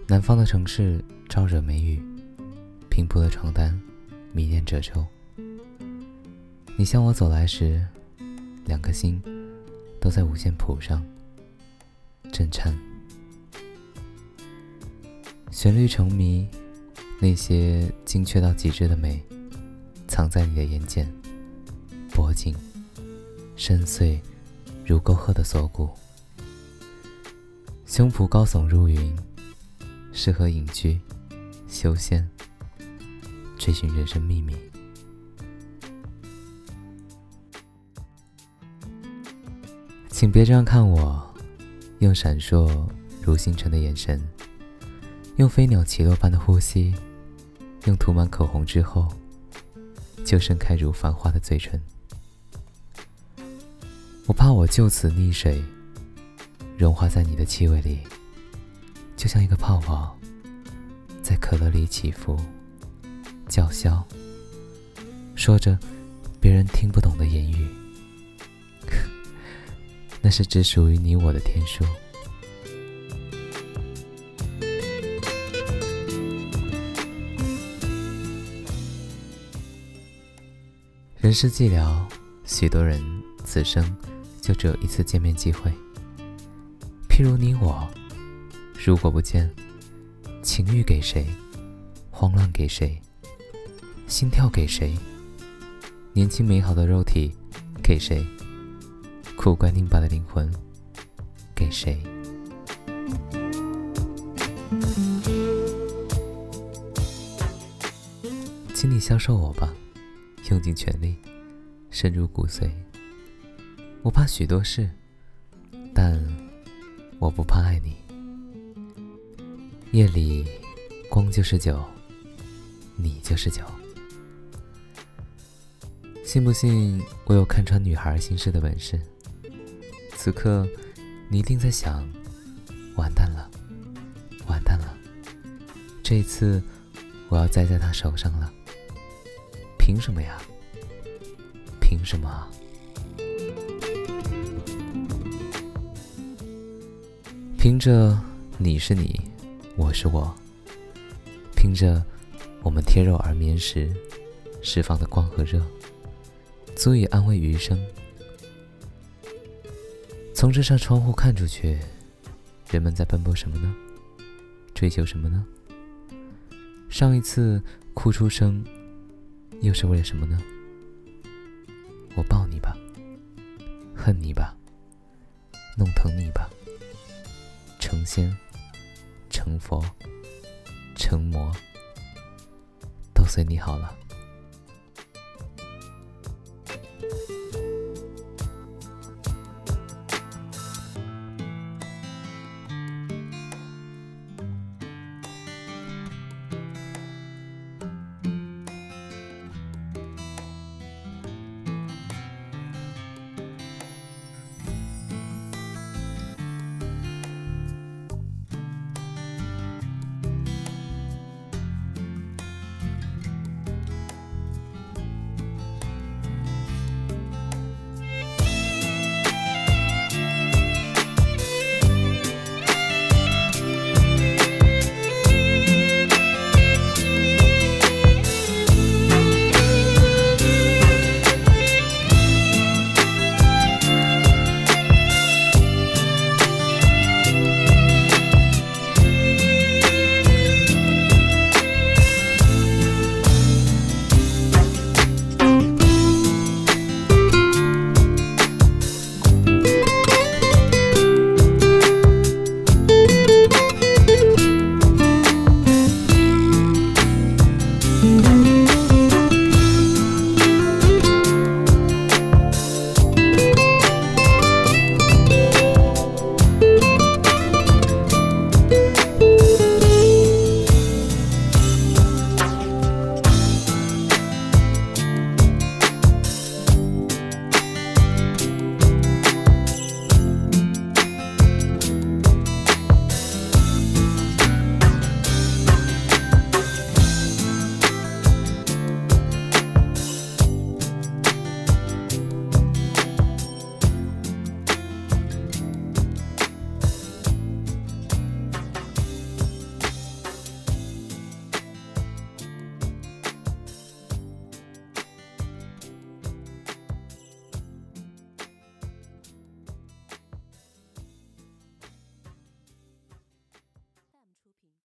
南方的城市招惹梅雨，平铺的床单迷恋褶皱。你向我走来时，两颗心都在五线谱上震颤。旋律成谜，那些精确到极致的美，藏在你的眼睑、脖颈，深邃如沟壑的锁骨。胸脯高耸入云，适合隐居、修仙，追寻人生秘密。请别这样看我，用闪烁如星辰的眼神，用飞鸟起落般的呼吸，用涂满口红之后就盛开如繁花的嘴唇。我怕我就此溺水，融化在你的气味里，就像一个泡泡在可乐里起伏叫嚣，说着别人听不懂的言语。那是只属于你我的天书。人世寂寥，许多人此生就只有一次见面机会。譬如你我，如果不见，情欲给谁？慌乱给谁？心跳给谁？年轻美好的肉体给谁？苦乖拧巴的灵魂给谁？请你消受我吧，用尽全力，深入骨髓。我怕许多事，但我不怕爱你。夜里光就是酒，你就是酒。信不信我有看穿女孩心事的本事？此刻你一定在想，完蛋了，完蛋了，这一次我要栽在他手上了。凭什么呀？凭什么啊？凭着你是你，我是我，凭着我们贴肉而眠时释放的光和热，足以安慰余生。从这扇窗户看出去，人们在奔波什么呢？追求什么呢？上一次哭出声，又是为了什么呢？我抱你吧，恨你吧，弄疼你吧，成仙、成佛、成魔，都随你好了。